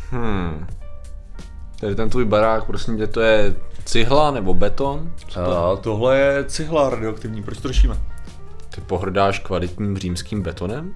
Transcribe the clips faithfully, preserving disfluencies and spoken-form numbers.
Hmm. Tady ten tvůj barák, prosím tě, to je cihla nebo beton? To? A tohle je cihla radioaktivní, proč to řešíme? Ty pohrdáš kvalitním římským betonem?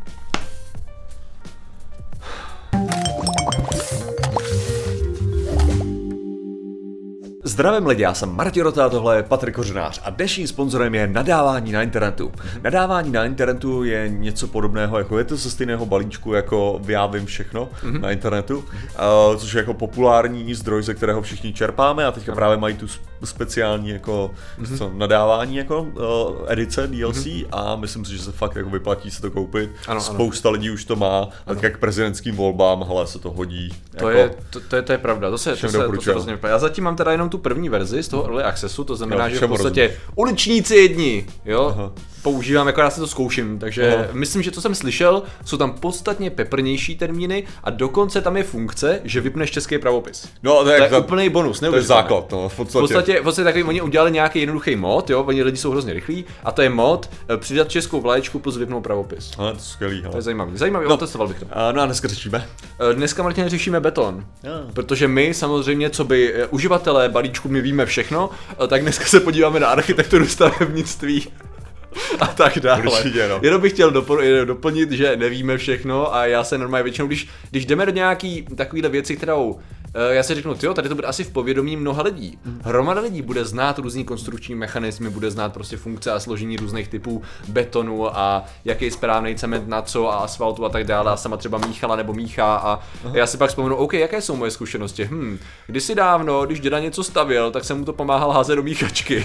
Zdravím lidi, já jsem Martin Rota, tohle je Patrik Kořenář a dnešním sponzorem je nadávání na internetu. Mm-hmm. Nadávání na internetu je něco podobného, jako je to ze stejného balíčku, jako já vím všechno mm-hmm. na internetu, mm-hmm. uh, což je jako populární zdroj, ze kterého všichni čerpáme a teďka mm-hmm. právě mají tu speciální jako mm-hmm. co, nadávání jako uh, edice D L C mm-hmm. a myslím si, že se fakt jako vyplatí se to koupit. Ano, Spousta ano. lidí už to má a tak k prezidentským volbám, hele, se to hodí. To, jako, je, to, to, je, to je pravda, to se, to se, to se rozně vypadá. Já zatím mám teda jenom tu první verzi z toho Early Accessu, to znamená, jo, že v podstatě rozumím. Uličníci jedni, jo, Aha. používám, jako já si to zkouším, takže Aha. myslím, že co jsem slyšel, jsou tam podstatně peprnější termíny a dokonce tam je funkce, že vypneš český pravopis. No, to je to, úplný bonus, to je základ, no, v podstatě. V podstatě, v podstatě takový, oni udělali nějaký jednoduchý mod, jo, oni lidi jsou hrozně rychlí a to je mod přidat českou vlaječku plus vypnout pravopis. Ale to je skvělý, hele. To je zajímavý, zajímavý, no, otestoval bych to. A, no a dneska řešíme? Dneska, Martin, řešíme beton, ja. protože my samozřejmě, co by uživatelé balíčku, my víme všechno, tak dneska se podíváme na architekturu stavebnictví a tak dále. Určitě, no. Jenom bych chtěl dopo- doplnit, že nevíme všechno a já se normálně většinou, když, když jdeme do nějaký takovýhle věci, kterou já si řeknu, tyjo, tady to bude asi v povědomí mnoha lidí. Hromada lidí bude znát různý konstrukční mechanismy, bude znát prostě funkce a složení různých typů betonu a jaký je správný cement na co a asfaltu a tak dále a sama třeba míchala nebo míchá a Aha. já si pak vzpomenu, OK, jaké jsou moje zkušenosti? Hm, kdysi dávno, když děda něco stavěl, tak jsem mu to pomáhal házet do míchačky.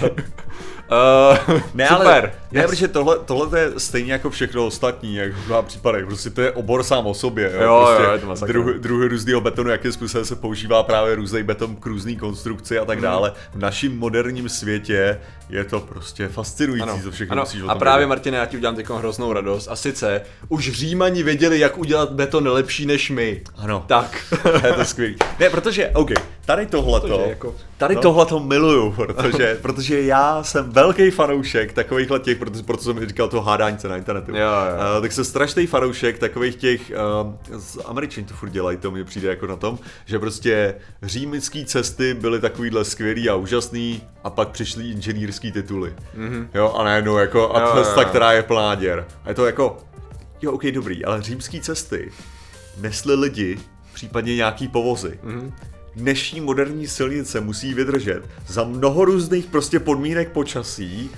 uh, ne, super. Ale, ne, yes. protože tohle, tohle je stejně jako všechno ostatní, jak v mnoha případech, prostě to je obor sám o sobě, jo, jo, prostě jo je to masakr. druhy, druhy různýho betonu, jakým způsobem se používá právě různý beton k různý konstrukci a tak dále. V naším moderním světě je to prostě fascinující, ano. co všechno ano. musíš o tom A právě, vědět. Martine, já ti udělám teď hroznou radost a sice už Římani věděli, jak udělat beton lepší než my. Ano. Tak. Je to skvělý. Ne, protože, OK, tady tohleto, jako, tady no? tohleto miluju, protože, protože já jsem velký fanoušek takovýchhle těch, protože, proto jsem říkal toho hádání se na internetu. Jo, jo. Uh, tak jsem strašný fanoušek takových těch, uh, z Američani to furt dělají, to mi přijde jako na tom, že prostě římský cesty byly takovýhle skvělý a úžasný a pak přišly inženýrský tituly. Mm-hmm. Jo, a najednou jako a cesta, která je plná děr. A je to jako, jo, OK, dobrý, ale římský cesty nesly lidi, případně nějaký povozy. Mm-hmm. Dnešní moderní silnice musí vydržet za mnoho různých prostě podmínek počasí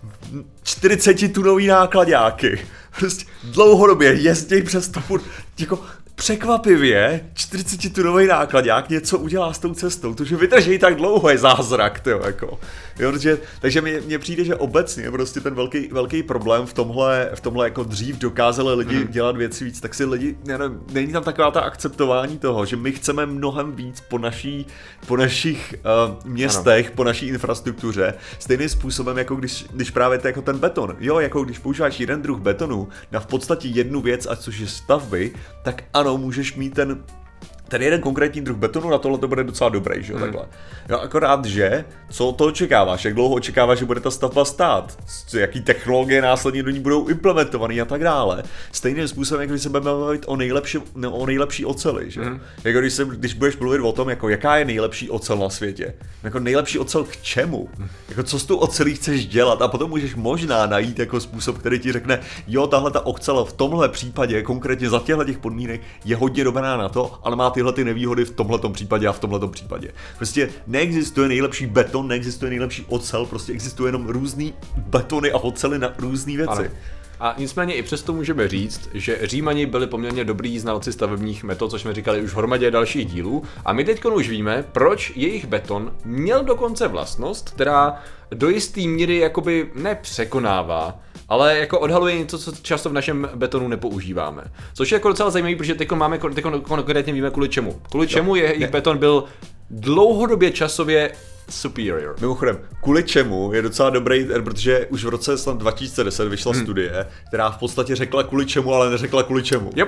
čtyřicet tunový nákladáky. Prostě dlouhodobě jezdí přes to jako překvapivě čtyřicet tunový nákladák něco udělá s tou cestou, to, že vydrží tak dlouho, je zázrak, tyjo, jako. Jo, protože, takže mně přijde, že obecně prostě ten velký, velký problém v tomhle, v tomhle jako dřív dokázali lidi hmm. dělat věci víc, tak si lidi, nevím, není tam taková ta akceptování toho, že my chceme mnohem víc po, naší, po našich uh, městech, ano. po naší infrastruktuře, stejným způsobem, jako když, když právě to jako ten beton, jo, jako když používáš jeden druh betonu na v podstatě jednu věc, a což je stavby, tak ano, můžeš mít ten ten jeden konkrétní druh betonu, na tohle to bude docela dobrý, že jo, hmm. takhle. Jo, akorát, že, co to očekáváš, jak dlouho očekáváš, že bude ta stavba stát, jaký technologie následně do ní budou implementované a tak dále. Stejným způsobem, jako když se budeme bavit o nejlepší, o nejlepší oceli, že jo. Hmm. Jako když, se, když budeš mluvit o tom, jako jaká je nejlepší ocel na světě, jako nejlepší ocel k čemu, hmm. jako co s tou ocelí chceš dělat a potom můžeš možná najít jako způsob, který ti řekne, jo, tahle ta ocel v tomhle případě, konkrétně za těchto těch podmínek, je hodně dobrá na to, ale má tyhle ty nevýhody v tomhletom případě a v tomhletom případě. Prostě neexistuje nejlepší beton, neexistuje nejlepší ocel, prostě existuje jenom různý betony a ocely na různý věci. Ano. A nicméně i přesto můžeme říct, že Římani byli poměrně dobrý znalci stavebních metod, což jsme říkali už v hromadě dalších dílů. A my teď už víme, proč jejich beton měl dokonce vlastnost, která do jistý míry jakoby nepřekonává, ale jako odhaluje něco, co často v našem betonu nepoužíváme. Což je jako docela zajímavý, protože teď máme, teď konkrétně víme kvůli čemu. Kvůli čemu je jejich beton byl dlouhodobě časově superior. Mimochodem, kvůli čemu je docela dobrý, protože už v roce dva tisíce deset vyšla hmm. studie, která v podstatě řekla kvůli čemu, ale neřekla kvůli čemu. Yep.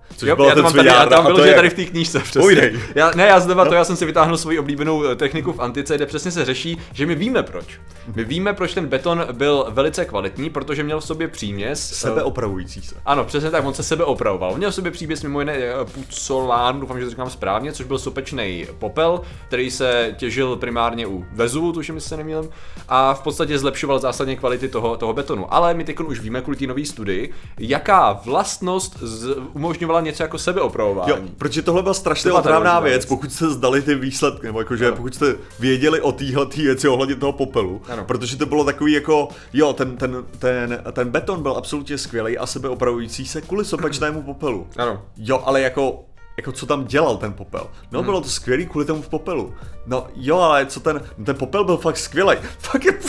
Což jo, bylo já to ten mám tady, já tam bylo, že je... tady v té knížce, přesně. Já, ne, já znova no. to, já jsem si vytáhnul svoji oblíbenou techniku v antice, kde přesně se řeší, že my víme proč. My víme, proč ten beton byl velice kvalitní, protože měl v sobě příměs. Sebeopravující se. Ano, přesně tak, on se sebe opravoval. On měl v sobě příměs mimo jiné pucolán, doufám, že to říkám správně, což byl sopečný popel, který se těžil primárně u Vezuvu, tuším, jestli se nemýlím, a v podstatě zlepšoval zásadně kvality toho, toho betonu. Ale my teď už víme kvůli té nové studii, jaká vlastnost z, umožňovala něco jako sebeopravování. Jo, protože tohle byla strašně otravná věc, věc, pokud jste zdali ty výsledky, nebo jakože ano. pokud jste věděli o téhle věci ohledně toho popelu, ano. protože to bylo takový jako, jo, ten, ten, ten, ten beton byl absolutně skvělý a sebeopravující se kvůli sopečnému popelu. Ano. Jo, ale jako jako co tam dělal ten popel. No hmm. bylo to skvělý kvůli tomu v popelu. No jo, ale co ten, ten popel byl fakt skvělej. Fakt je,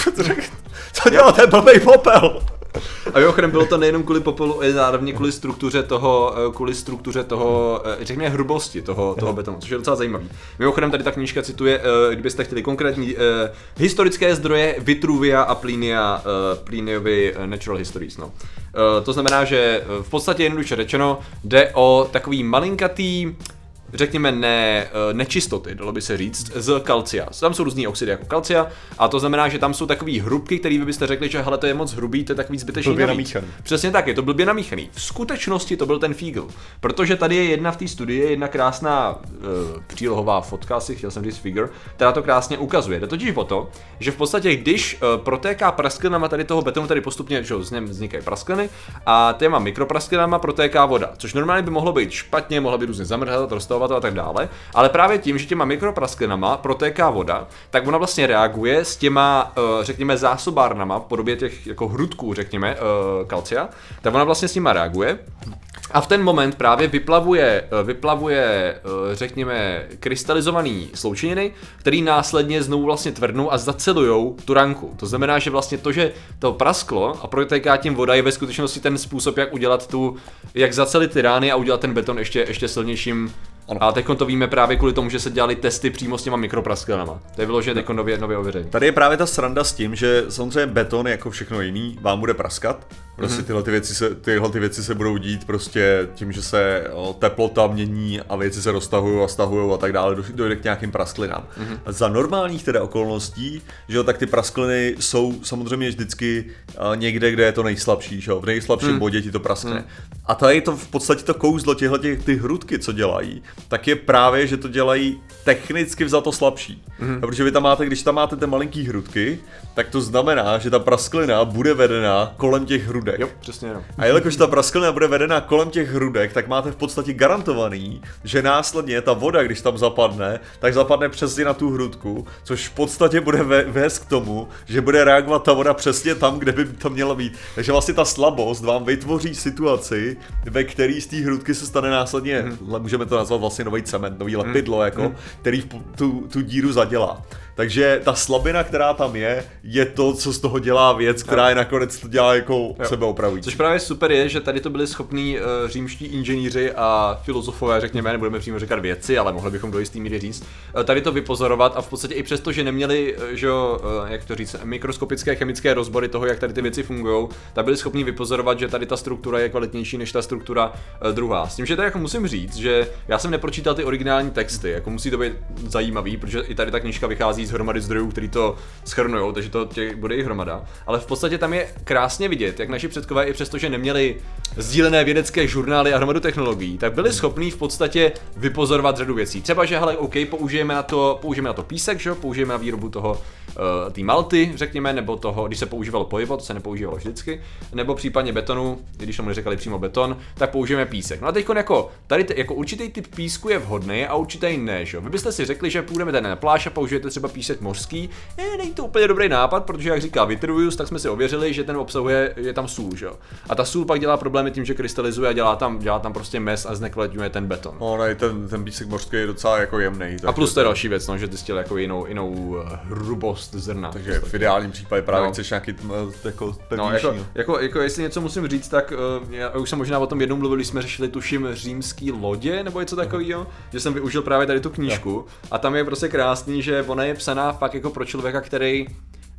co dělal ten blbej popel? A mimochodem bylo to nejenom kvůli popelu, ale zároveň kvůli struktuře toho, kvůli struktuře toho, řekněme hrubosti toho, toho betonu, což je docela zajímavý. Mimochodem tady ta knížka cituje, kdybyste chtěli konkrétní historické zdroje Vitruvia a Plinia, Pliniovy Natural Histories. No. To znamená, že v podstatě jednoduše řečeno jde o takový malinkatý, řekněme, ne, nečistoty, dalo by se říct, z kalcia. Tam jsou různý oxidy jako kalcia a to znamená, že tam jsou takový hrubky, který vy byste řekli, že hele, to je moc hrubý, to je takový zbytečný. Blbě namíchaný. Přesně tak, je to blbě namíchaný. V skutečnosti to byl ten fígl, protože tady je jedna v té studii, jedna krásná uh, přílohová fotka, asi chtěl jsem říct figure, která to krásně ukazuje. Jde totiž o to, že v podstatě, když uh, protéká prasklinama tady toho betonu, tady postupně, že z něm vznikají praskliny a těma mikroprasklinama protéká voda, což normálně by mohlo být špatně, mohla by různě zamrzat, rozstavovat a tak dále, ale právě tím, že těma mikroprasklinama protéká voda, tak ona vlastně reaguje s těma, řekněme, zásobárnama v podobě těch jako hrudků, řekněme, kalcia, tak ona vlastně s nima reaguje. A v ten moment právě vyplavuje, vyplavuje, řekněme, krystalizovaný sloučeniny, který následně znovu vlastně tvrdnou a zacelujou tu ranku. To znamená, že vlastně to, že to prasklo a protéká tím voda, je ve skutečnosti ten způsob, jak udělat tu, jak zacelit ty rány a udělat ten beton ještě, ještě silnějším. Ano. A teď to víme právě kvůli tomu, že se dělali testy přímo s těma mikroprasklinama. To je vyložené teď nově, nově ověření. Tady je právě ta sranda s tím, že samozřejmě beton, jako všechno jiný, vám bude praskat. Prostě tyhle ty věci se, tyhle ty věci se budou dít prostě tím, že se o, teplota mění a věci se roztahují a stahují a tak dále, dojde k nějakým prasklinám. Mm-hmm. Za normálních teda okolností, že jo, tak ty praskliny jsou samozřejmě vždycky a, někde, kde je to nejslabší, že jo, v nejslabším mm. bodě ti to praskne. Mm. A tady je to v podstatě to kouzlo těchto těch, ty hrudky, co dělají, tak je právě, že to dělají technicky vzato slabší. Mm. Protože vy tam máte, když tam máte ty malinký hrudky, tak to znamená, že ta prasklina bude vedena kolem těch hrudek. Jo, přesně no. A jelikož ta prasklina bude vedena kolem těch hrudek, tak máte v podstatě garantovaný, že následně ta voda, když tam zapadne, tak zapadne přesně na tu hrudku, což v podstatě bude vést k tomu, že bude reagovat ta voda přesně tam, kde by to mělo být. Takže vlastně ta slabost vám vytvoří situaci, ve který z té hrudky se stane následně, hmm. můžeme to nazvat vlastně nový cement, nový lepidlo, hmm. jako, hmm. který tu, tu díru zadělá. Takže ta slabina, která tam je, je to, co z toho dělá věc, která je nakonec to dělá jako sebeopravující. Což právě super je, že tady to byli schopní uh, římští inženýři a filozofové, řekněme, nebudeme přímo říkat vědci, ale mohli bychom do jistý míry říct, uh, tady to vypozorovat a v podstatě i přesto, že neměli, uh, že uh, jak to říct, mikroskopické chemické rozbory toho, jak tady ty věci fungují, tak byli schopni vypozorovat, že tady ta struktura je kvalitnější než ta struktura uh, druhá. S tím, že tady jako musím říct, že já jsem nepročítal ty originální texty, jako musí to být zajímavý, protože i tady ta knížka vychází z hromady zdrojů, který to shrnujou, takže to těch bude i hromada. Ale v podstatě tam je krásně vidět, jak naši předkové i přesto, že neměli sdílené vědecké žurnály a hromadu technologií, tak byli schopní v podstatě vypozorovat řadu věcí. Třeba, že hele, OK, použijeme na to, použijeme na to písek, že? Použijeme na výrobu toho uh, té malty, řekněme, nebo toho, když se používalo polivo, to se nepoužívalo vždycky, nebo případně betonu, když tomu neříkali přímo beton, tak použijeme písek. No a teď jako tady t- jako určitý typ písku je vhodný a určitý ne, že? Vy byste si řekli, že půjdeme tady na pláž a použijete třeba písek mořský. Ne, není to úplně dobrý nápad, protože jak říká Vitruvius, tak jsme si ověřili, že ten obsahuje, je tam sůl, že? A ta sůl pak dělá problémy tím, že krystalizuje a dělá tam, dělá tam prostě mes a znekvalitňuje ten beton. No, ne, ten, ten písek mořský je docela jako jemný. A plus to je další věc, no, že ty stěl jako jinou, jinou hrubost zrna. Takže v ideálním případě právě no. chceš nějaký jako pevnější. No, jako, jako, jako jestli něco musím říct, tak uh, já už jsem možná o tom jednou mluvil, když jsme řešili tuším římský lodě nebo něco takového, že jsem využil právě tady tu knížku a tam je prostě krásný, že ona je psaná fakt jako pro člověka, který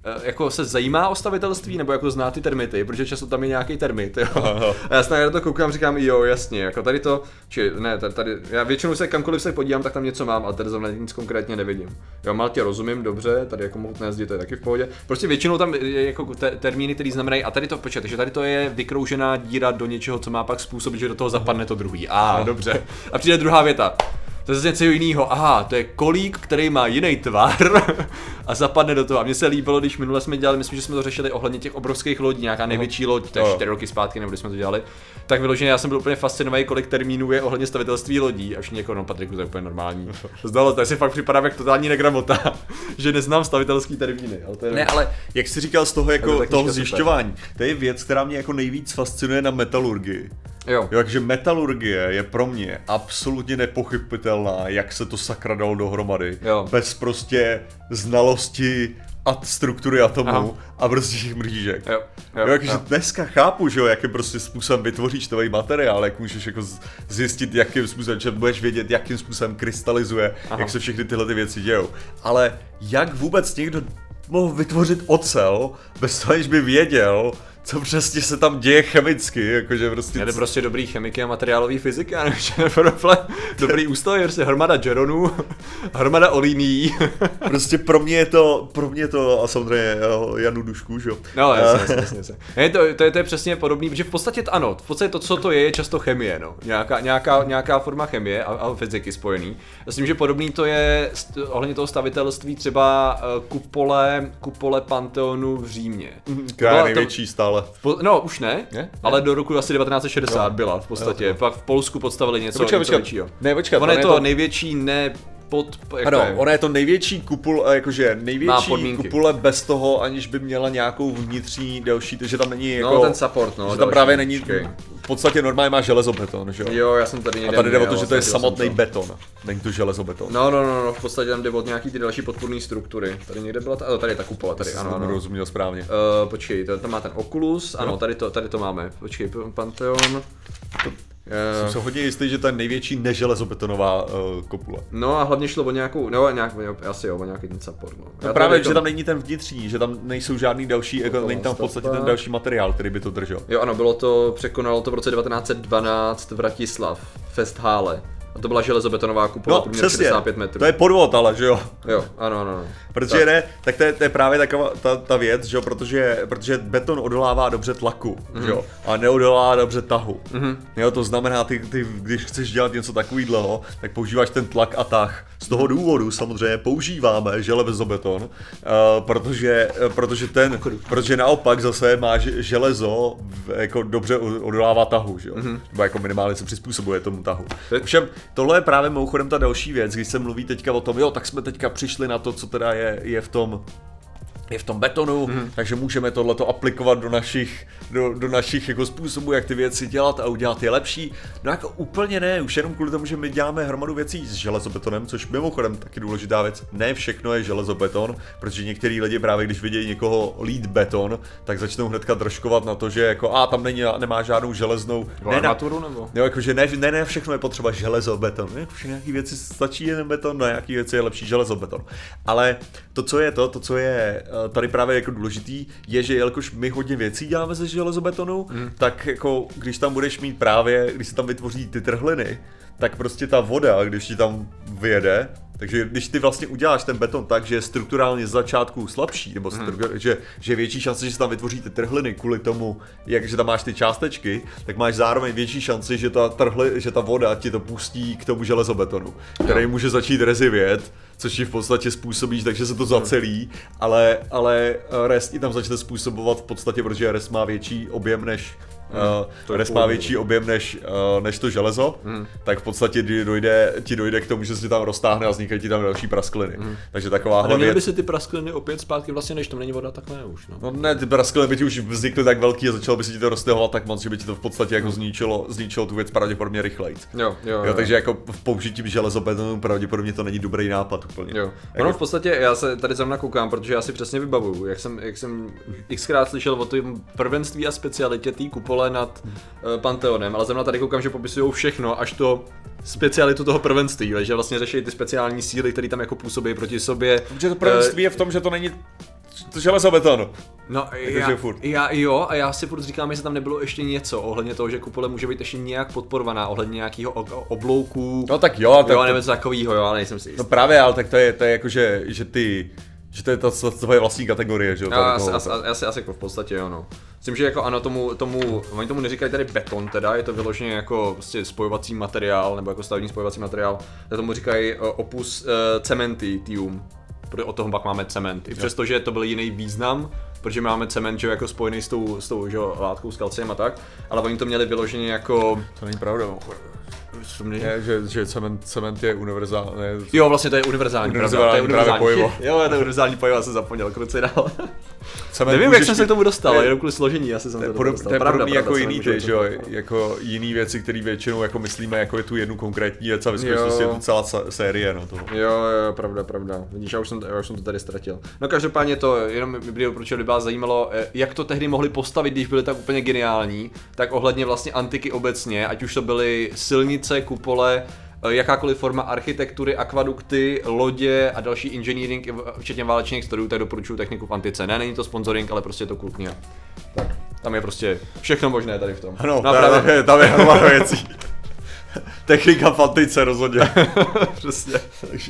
jako se zajímá o stavitelství, nebo jako zná ty termity, protože často tam je nějaký termit, jo. A já se na to koukám, říkám, jo, jasně, jako tady to, či ne, tady, tady, já většinou se kamkoliv se podívám, tak tam něco mám, ale tady zrovna nic konkrétně nevidím. Jo, Maltě rozumím, dobře, tady jako mohutné zdi, to je taky v pohodě. Prostě většinou tam je jako te, termíny, které znamenají, a tady to, počkej, takže tady to je vykroužená díra do něčeho, co má pak způsobit, že do toho zapadne to druhý. A ah, dobře. A přijde druhá věta. To je zase něco jiného. Aha, to je kolík, který má jiný tvar a zapadne do toho. A mně se líbilo, když minule jsme dělali, myslím, že jsme to řešili ohledně těch obrovských lodí, nějaká největší loď, to je čtyři roky zpátky, nebo když jsme to dělali. Tak vyloženě já jsem byl úplně fascinovaný, kolik termínů je ohledně stavitelství lodí. A všichni jako, no Patriku, to je úplně normální. Zdalo, tak si fakt připadám jak totální negramota, že neznám stavitelský termíny. Ale to je ne, ale jak jsi říkal z toho, jako toho zjišťování, to je věc, která mě jako nejvíc fascinuje na metalurgii. Jo. Jo, takže metalurgie je pro mě absolutně nepochybitelná, jak se to sakra dalo dohromady. Jo. Bez prostě znalosti a struktury atomů. Aha. A prostě těch mřížek. Jo. Jo. Jo, takže jo. dneska chápu, že jo, jakým prostě způsobem vytvoříš tvůj materiál, jak můžeš jako zjistit, jakým způsobem, že budeš vědět, jakým způsobem krystalizuje, aha, jak se všechny tyhle ty věci dějou. Ale jak vůbec někdo mohl vytvořit ocel, bez toho, aniž by věděl, co přesně se tam děje chemicky, jakože prostě... Je to prostě dobrý chemiky a materiálový fyzika, než je problém. Dobrý ústav je prostě hromada geronů, hromada olínií. Prostě pro mě je to, pro mě je to, a samozřejmě Janu Dušku, že jo. No, jasně, jasně, jasně. Ne, to, to, je, to je přesně podobný, protože v podstatě ano, v podstatě to, co to je, je často chemie, no. Nějaká, nějaká, nějaká forma chemie a, a fyziky spojený. Myslím, že podobný to je ohledně toho stavitelství třeba kupole, kupole Panteonu v Římě. Která je největší stále. Po, no, už ne, ne, ale do roku asi devatenáct set šedesát jo. byla v podstatě, jo, jo. pak v Polsku podstavili něco, počkat, něco počkat. většího. Ne, počkat, ono je to, to největší ne pod... Ano, je? Ona je to největší kupul, jakože největší kupule bez toho, aniž by měla nějakou vnitřní další, takže tam není jako... No, ten support, no. Že tam právě není, počkej. V podstatě normálně má železobeton, že jo? Jo, já jsem tady někde... A tady jde o to, že to je samotný beton, není to železobeton. No, no, no, no, v podstatě tam jde od nějaký ty další podpůrné struktury. Tady někde byla ta, tady je ta kupola, tady, ano, ano. Rozuměl správně. Uh, počkej, tam má ten Oculus, ano, tady to, tady to máme. Počkej, Pantheon. Uh, jsem se hodně jistý, že to je největší neželezobetonová uh, kopule. No a hlavně šlo o nějakou, no nějak, asi jo, o nějaký ten support, no. no právě, že tam není ten vnitřní, že tam nejsou žádný další, jako, není tam v podstatě ten další materiál, který by to držel. Jo ano, bylo to, překonalo to v roce devatenáct set dvanáct Vratislav, Festhalle. A to byla železobetonová kupola, no, průměr šedesát pět metrů. To je podvod, ale že jo? Jo, ano, ano, ano. Protože tak. ne, tak to je, to je právě taková ta, ta věc, že jo, protože, protože beton odolává dobře tlaku, mm-hmm. že jo, a neodolává dobře tahu. Mm-hmm. Jo, to znamená, ty, ty, když chceš dělat něco takovýhleho, tak používáš ten tlak a tah. Z toho důvodu samozřejmě používáme železobeton, uh, protože, uh, protože ten, protože naopak zase máš železo jako dobře odolává tahu, že jo, mm-hmm. nebo jako minimálně se přizpůsobuje tomu tahu. Všem, tohle je právě mimochodem ta další věc, když se mluví teďka o tom, jo, tak jsme teďka přišli na to, co teda je, je v tom je v tom betonu, mm. takže můžeme tohleto aplikovat do našich, do, do našich jako způsobů, jak ty věci dělat a udělat je lepší. No jako úplně ne, už jenom kvůli tomu, že my děláme hromadu věcí s železobetonem, což mimochodem taky důležitá věc, ne všechno je železobeton, protože některý lidi právě když vidějí někoho lít beton, tak začnou hnedka držkovat na to, že jako a tam není, nemá žádnou železnou ne, armaturu nebo? Jo, jakože ne, ne, ne všechno je potřeba železobeton, ne, všechny nějaký věci stačí jen beton, na nějaký věci je lepší železobeton. Ale to, co je to, to, co je tady právě jako důležitý, je, že jelikož my hodně věcí děláme ze železobetonu, mm. tak jako když tam budeš mít právě, když se tam vytvoří ty trhliny, tak prostě ta voda, když ti tam vyjede, takže když ty vlastně uděláš ten beton tak, že je strukturálně z začátku slabší, nebo hmm. že, že je větší šance, že se tam vytvoří ty trhliny kvůli tomu, jak, že tam máš ty částečky, tak máš zároveň větší šanci, že ta, trhli, že ta voda ti to pustí k tomu železobetonu, který no. může začít rezivět, což ti v podstatě způsobí, takže se to zacelí, ale, ale rest i tam začne způsobovat v podstatě, protože rest má větší objem než Hmm, rest má větší objem než, uh, než to železo, hmm. tak v podstatě dojde, ti dojde k tomu, že se ti tam roztáhne a vznikají ti tam další praskliny. Hmm. Takže taková hlavě... A neměly by si ty praskliny opět zpátky vlastně, než tam není voda, tak ne už. No, no ne, ty praskliny by ti už vznikly tak velký a začalo by se ti to roztahovat tak moc, že by ti to v podstatě jako hmm. zničilo, zničilo tu věc pravděpodobně rychleji. Jo, jo, jo, jo, takže jako v použití železobetonu pravděpodobně to není dobrý nápad úplně. Jo. Jako... No v podstatě já se tady zrovna koukám, protože já si přesně vybavuju, jak jsem, jak jsem xkrát slyšel o tom prvenství a specialitě té kupole nad Panteonem, ale zrovna tady koukám, že popisují všechno, až to specialitu toho prvenství, že vlastně řeší ty speciální síly, které tam jako působí proti sobě. Protože to prvenství je v tom, že to není to železo beton. No já, já jo, a já si furt říkám, jestli tam nebylo ještě něco ohledně toho, že kupole může být ještě nějak podporovaná ohledně nějakého oblouku. No tak jo, jo, tak nebo něco takového, jo, ale nejsem si jistý. No právě, ale tak to je, to je jako, že, že ty, že to je ta tvoje vlastní kategorie, že jo? Já, asi, asi, asi, asi jako v podstatě jo, no. Myslím, že jako ano, tomu, tomu, oni tomu neříkají tady beton teda, je to vyloženě jako prostě spojovací materiál, nebo jako stavební spojovací materiál, tak tomu říkají uh, opus uh, cementitium, protože od toho pak máme cement, i přesto, že to byl jiný význam, protože máme cement, že jako spojený s tou, s tou že, látkou, s kalciem a tak, ale oni to měli vyloženě jako... To není pravda, je, že, že cement, cement je univerzální. Jo, vlastně to je univerzální, univerzální, pravda, to je univerzální pojivo. Jo, to je univerzální pojivo, já jsem zapomněl, kruci dál. Nevím, jak jsem se k tomu dostal, jenom kvůli složení, asi jsem se podob, dostal. To je podobný jako jiný ty, že jo, jako jiný věci, které většinou jako myslíme jako je tu jednu konkrétní věc a ve skutečnosti je tu celá série, no toho. Jo, jo, pravda, pravda. Vidíš, já už jsem, já už jsem to tady ztratil. No každopádně to, jenom by proč by vás zajímalo, jak to tehdy mohli postavit, když byli tak úplně geniální, tak ohledně vlastně antiky obecně, ať už to byly silnice, kupole, jakákoliv forma architektury, akvadukty, lodě a další engineering, včetně válečných strojů, tak doporučuji techniku v antice. Ne, není to sponsoring, ale prostě je to kultní. Tak, tam je prostě všechno možné tady v tom. Ano, no, tam, je, tam je hromada věcí. Technika v antice rozhodně. Přesně. Takže.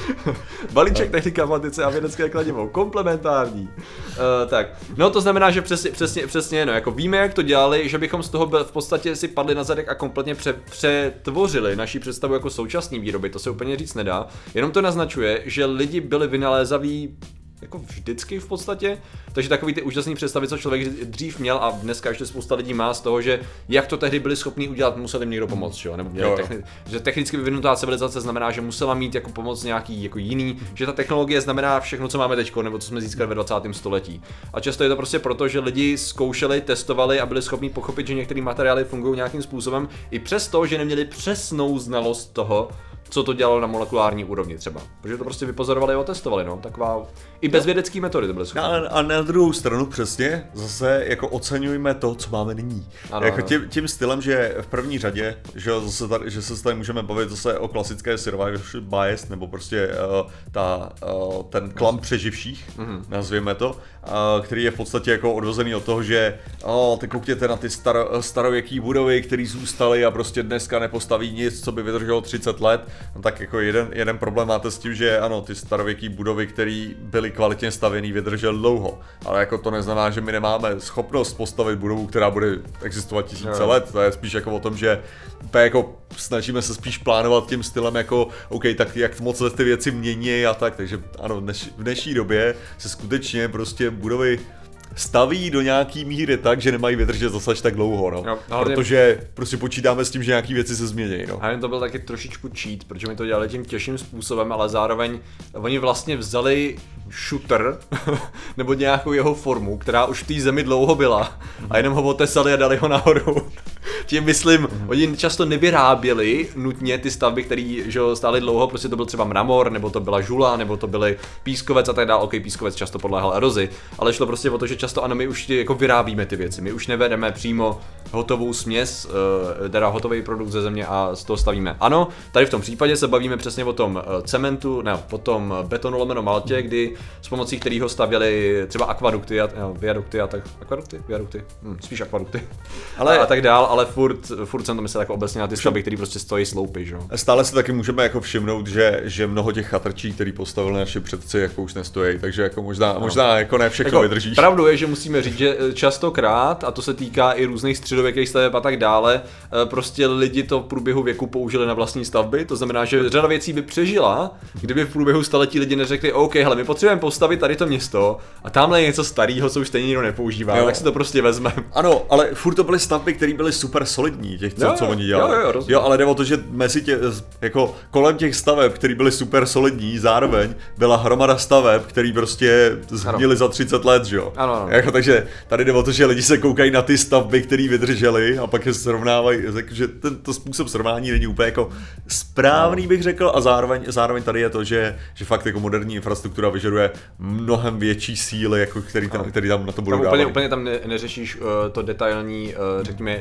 Balíček technika v antice a vědecké kladivo. Komplementární. Uh, tak. No to znamená, že přesně, přesně, přesně no, jako víme, jak to dělali, že bychom z toho v podstatě si padli na zadek a kompletně pře- přetvořili naší představu jako současný výroby. To se úplně říct nedá. Jenom to naznačuje, že lidi byli vynalézaví jako vždycky v podstatě, takže takový ty úžasný představy, co člověk dřív měl a dneska ještě spousta lidí má z toho, že jak to tehdy byli schopni udělat, musel jim někdo pomoct, jo? Nebo jo, techni- že technicky vyvinutá civilizace znamená, že musela mít jako pomoc nějaký jako jiný, že ta technologie znamená všechno, co máme teďko, nebo co jsme získali ve dvacátém století. A často je to prostě proto, že lidi zkoušeli, testovali a byli schopni pochopit, že některé materiály fungují nějakým způsobem, i přesto, že neměli přesnou znalost toho, co to dělalo na molekulární úrovni třeba. Protože to prostě vypozorovali a otestovali, no. Taková i bez vědecké metody to bylo schopné. A, a na druhou stranu přesně zase jako oceňujeme to, co máme nyní. Ano, jako tím, tím stylem, že v první řadě, že, zase tady, že se tady můžeme bavit zase o klasické survivorship bias, nebo prostě uh, ta, uh, ten klam přeživších, mm-hmm. nazvěme to, uh, který je v podstatě jako odvozený od toho, že oh, ty koukněte na ty staro, starověké budovy, které zůstaly a prostě dneska nepostaví nic, co by vydrželo třicet let. No tak jako jeden, jeden problém máte s tím, že ano, ty starověké budovy, které byly kvalitně stavěné, vydržely dlouho. Ale jako to neznamená, že my nemáme schopnost postavit budovu, která bude existovat tisíce no. let. To je spíš jako o tom, že jako snažíme se spíš plánovat tím stylem jako OK, tak jak moc se ty věci mění a tak. Takže ano, dneš, v dnešní době se skutečně prostě budovy staví do nějaký míry tak, že nemají vydržet zase tak dlouho, no. Jo, protože prostě počítáme s tím, že nějaký věci se změní, no. A jen to byl taky trošičku cheat, protože mi to dělali tím těžším způsobem, ale zároveň oni vlastně vzali shooter, nebo nějakou jeho formu, která už v té zemi dlouho byla, a jenom ho otesali a dali ho nahoru. Tím myslím, oni často nevyráběli nutně ty stavby, které stály dlouho, prostě to byl třeba mramor, nebo to byla žula, nebo to byly pískovec a tak dále. OK, pískovec často podléhal erozi, ale šlo prostě o to, že často ano, my už ty, jako vyrábíme ty věci, my už nevedeme přímo hotovou směs, teda hotový produkt ze země a z toho stavíme. Ano, tady v tom případě se bavíme přesně o tom cementu, ne, o tom betonu lomeno maltě, kdy s pomocí kterého stavěli třeba akvadukty a no, viadukty a tak, akvadukty, viadukty, hm, spíš akvadukty, ale a, a tak dál, ale furt, furt jsem to myslel jako obecně na ty stavby, které prostě stojí sloupy, že jo. Stále si taky můžeme jako všimnout, že, že mnoho těch chatrčí, který postavili naši předci, jako už nestojí, takže jako možná, no. možná jako ne všechno jako vydrží. Pravdou je, že musíme říct, že častokrát, a to se týká i různých středověkých staveb a tak dále, prostě lidi to v průběhu věku použili na vlastní stavby, to znamená, že řada věcí by přežila, kdyby v průběhu staletí lidi neřekli, OK, hele, my potřebujeme postavit tady to město a tamhle je něco starého, co už stejně nikdo nepoužívá, jo. tak si to prostě vezmeme. Ano, ale furt to byly stavby, které byly super solidní, těch, co, jo, co oni dělali. Jo, jo, jo, ale jde o to, že mezi tě, jako kolem těch staveb, které byly super solidní, zároveň byla hromada staveb, které prostě zhnily za třicet let, že jo. Ano, ano. Jako, takže tady jde o to, že lidi se koukají na ty stavby, které vydržely a pak je srovnávají, že tento způsob srovnání není úplně jako správný, bych řekl, a zároveň, zároveň tady je to, že, že fakt jako moderní infrastruktura vyžaduje mnohem větší síly, jako který tam, který tam na to budou dávat. Úplně, úplně tam ne, neřešíš uh, to detailní, uh, řekněme, těsnění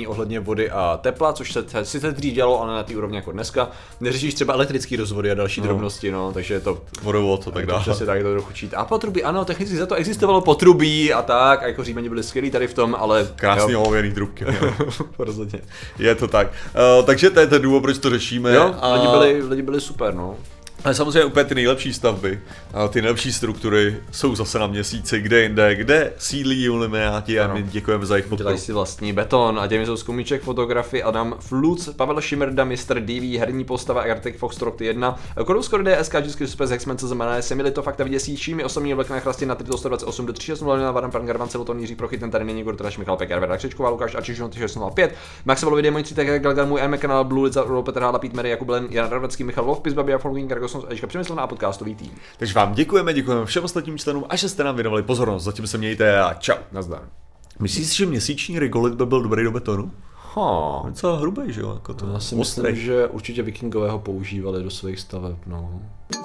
nastavení ohledně vody a tepla, což se sice dřív dělalo, ale na té úrovni jako dneska. Neřešíš třeba elektrické rozvody a další no. drobnosti, no, takže je to vodovod a tak dále. Takže se tak to trochu čít. A potrubí, ano, technicky za to existovalo potrubí a tak, a jako Římani byli skvělí tady v tom, ale krásný olověný trubky. Rozhodně. Je to tak. Uh, takže to je ten důvod, proč to řešíme. Jo, a... lidi, byli, lidi byli super, no. Ale samozřejmě úplně ty nejlepší stavby, ty nejlepší struktury jsou zase na Měsíci, kde jinde, kde sídlí Ilumináti a my děkujeme za jejich podporu. Dělají si vlastní beton a těmi jsou Skumíček, fotografy, Adam Fluc, Pavel Šimerda, mister D V, herní postava, Artek Foxtrot jedna, Korouskor D S K, Český Super, Hexman, co znamená, se mi to fakt a vyděsí, čím osmý vlek na chrastě na tři sto dvacet osm do tři šest nula na Varan, Pan Garvan, Celoton, Jiří Prochyt, ten tady není, Gortraš, Michal Pekar, Verda Křečková, Lukáš a Čižon tři šest nula pět, Maxwellovi Demon tři, tak Galgan, můj M kanál, Blue, Liza, Petr Hála, Pít Mary, Jakub Len, Jan Radvacký, Michal Wolf, Pizbabia, Folking, Gargosons, Ečka Přemyslená, podcastový tým. Takže vám děkujeme, děkujeme všem ostatním členům a že jste nám věnovali pozornost. Zatím se mějte a čau. Nazdar. Myslíš si, že měsíční rigolit by byl dobrý do betonu? Ha. Docela hrubej, že jo? Jako to já si myslím, že určitě Vikingové ho používali do svých staveb, no.